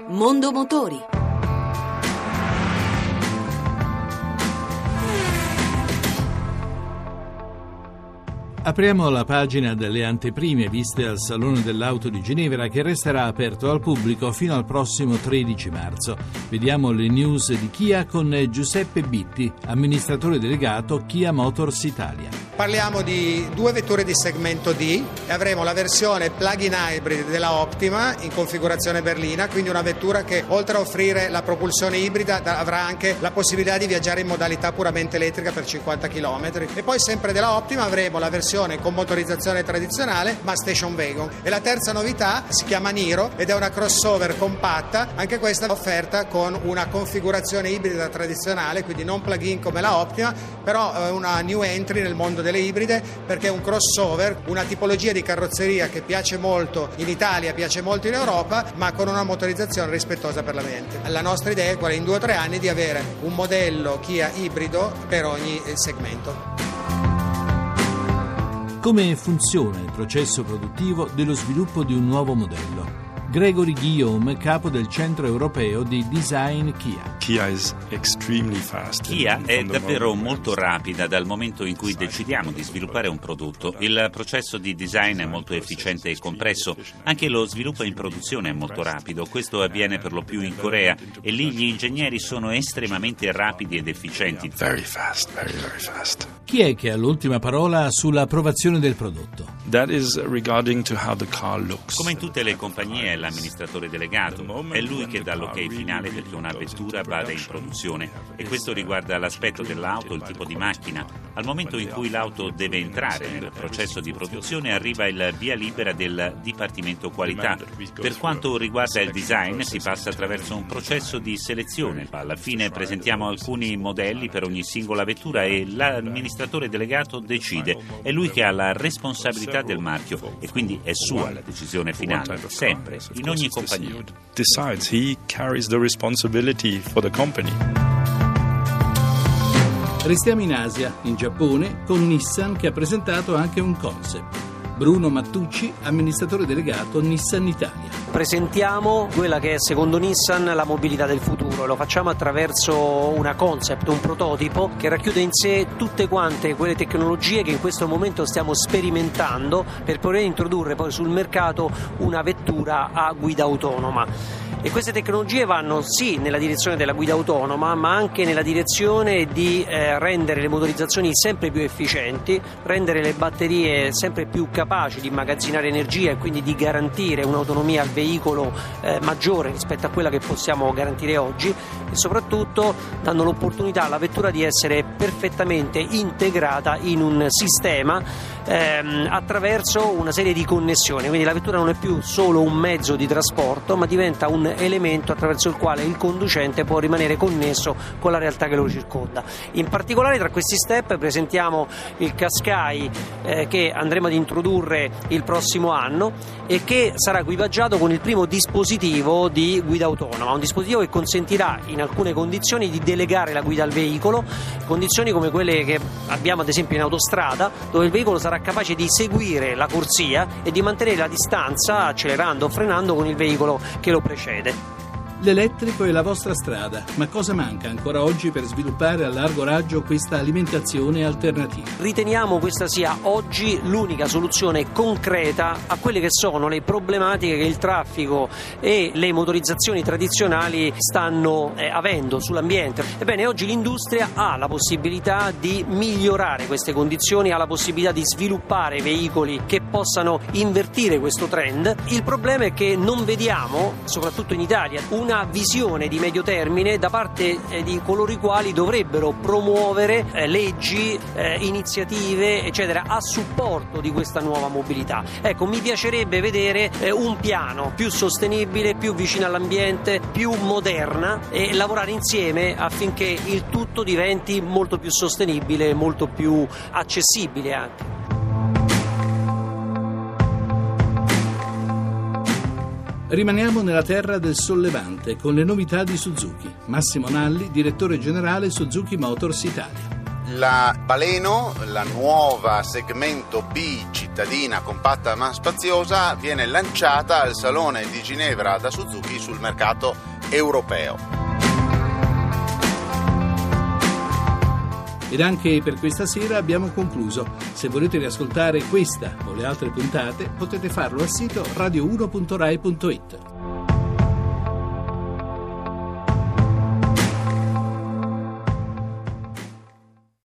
Mondo Motori. Apriamo la pagina delle anteprime viste al Salone dell'Auto di Ginevra, che resterà aperto al pubblico fino al prossimo 13 marzo. Vediamo le news di Kia con Giuseppe Bitti, amministratore delegato Kia Motors Italia. Parliamo di due vetture di segmento D e avremo la versione plug-in hybrid della Optima in configurazione berlina, quindi una vettura che oltre a offrire la propulsione ibrida avrà anche la possibilità di viaggiare in modalità puramente elettrica per 50 km. E poi sempre della Optima avremo la versione con motorizzazione tradizionale ma station wagon. E la terza novità si chiama Niro ed è una crossover compatta, anche questa offerta con una configurazione ibrida tradizionale, quindi non plug-in come la Optima, però una new entry nel mondo delle ibride, perché è un crossover, una tipologia di carrozzeria che piace molto in Italia, piace molto in Europa, ma con una motorizzazione rispettosa per l'ambiente. La nostra idea è quella in 2 o 3 anni di avere un modello Kia ibrido per ogni segmento. Come funziona il processo produttivo dello sviluppo di un nuovo modello? Gregory Guillaume, capo del Centro Europeo di Design Kia. Kia è davvero molto rapida dal momento in cui decidiamo di sviluppare un prodotto. Il processo di design è molto efficiente e compresso. Anche lo sviluppo in produzione è molto rapido. Questo avviene per lo più in Corea e lì gli ingegneri sono estremamente rapidi ed efficienti. Very fast. Chi è che ha l'ultima parola sull'approvazione del prodotto? Come in tutte le compagnie, è l'amministratore delegato. È lui che dà l'ok finale perché una vettura vada in produzione, e questo riguarda l'aspetto dell'auto, il tipo di macchina. Al momento in cui l'auto deve entrare nel processo di produzione arriva il via libera del Dipartimento Qualità. Per quanto riguarda il design si passa attraverso un processo di selezione. Alla fine presentiamo alcuni modelli per ogni singola vettura e l'amministratore delegato decide. È lui che ha la responsabilità del marchio e quindi è sua la decisione finale, sempre, in ogni compagnia. He carries the responsibility for the company. Restiamo in Asia, in Giappone, con Nissan, che ha presentato anche un concept. Bruno Mattucci, amministratore delegato Nissan Italia. Presentiamo quella che è, secondo Nissan, la mobilità del futuro. Lo facciamo attraverso una concept, un prototipo che racchiude in sé tutte quante quelle tecnologie che in questo momento stiamo sperimentando per poter introdurre poi sul mercato una vettura a guida autonoma. E queste tecnologie vanno sì nella direzione della guida autonoma, ma anche nella direzione di rendere le motorizzazioni sempre più efficienti, rendere le batterie sempre più capaci di immagazzinare energia e quindi di garantire un'autonomia al veicolo maggiore rispetto a quella che possiamo garantire oggi, e soprattutto dando l'opportunità alla vettura di essere perfettamente integrata in un sistema attraverso una serie di connessioni. Quindi la vettura non è più solo un mezzo di trasporto, ma diventa un elemento attraverso il quale il conducente può rimanere connesso con la realtà che lo circonda. In particolare tra questi step presentiamo il Qashqai che andremo ad introdurre il prossimo anno e che sarà equipaggiato con il primo dispositivo di guida autonoma, un dispositivo che consentirà in alcune condizioni di delegare la guida al veicolo, condizioni come quelle che abbiamo ad esempio in autostrada, dove il veicolo sarà capace di seguire la corsia e di mantenere la distanza accelerando o frenando con il veicolo che lo precede. L'elettrico è la vostra strada, ma cosa manca ancora oggi per sviluppare a largo raggio questa alimentazione alternativa? Riteniamo questa sia oggi l'unica soluzione concreta a quelle che sono le problematiche che il traffico e le motorizzazioni tradizionali stanno avendo sull'ambiente. Ebbene, oggi l'industria ha la possibilità di migliorare queste condizioni, ha la possibilità di sviluppare veicoli che possano invertire questo trend. Il problema è che non vediamo, soprattutto in Italia, una visione di medio termine da parte di coloro i quali dovrebbero promuovere leggi, iniziative, eccetera, a supporto di questa nuova mobilità. Ecco, mi piacerebbe vedere un piano più sostenibile, più vicino all'ambiente, più moderna, e lavorare insieme affinché il tutto diventi molto più sostenibile e molto più accessibile anche. Rimaniamo nella terra del sollevante con le novità di Suzuki. Massimo Nalli, direttore generale Suzuki Motors Italia. La Baleno, la nuova segmento B cittadina compatta ma spaziosa, viene lanciata al Salone di Ginevra da Suzuki sul mercato europeo. Ed anche per questa sera abbiamo concluso. Se volete riascoltare questa o le altre puntate potete farlo al sito radio1.rai.it.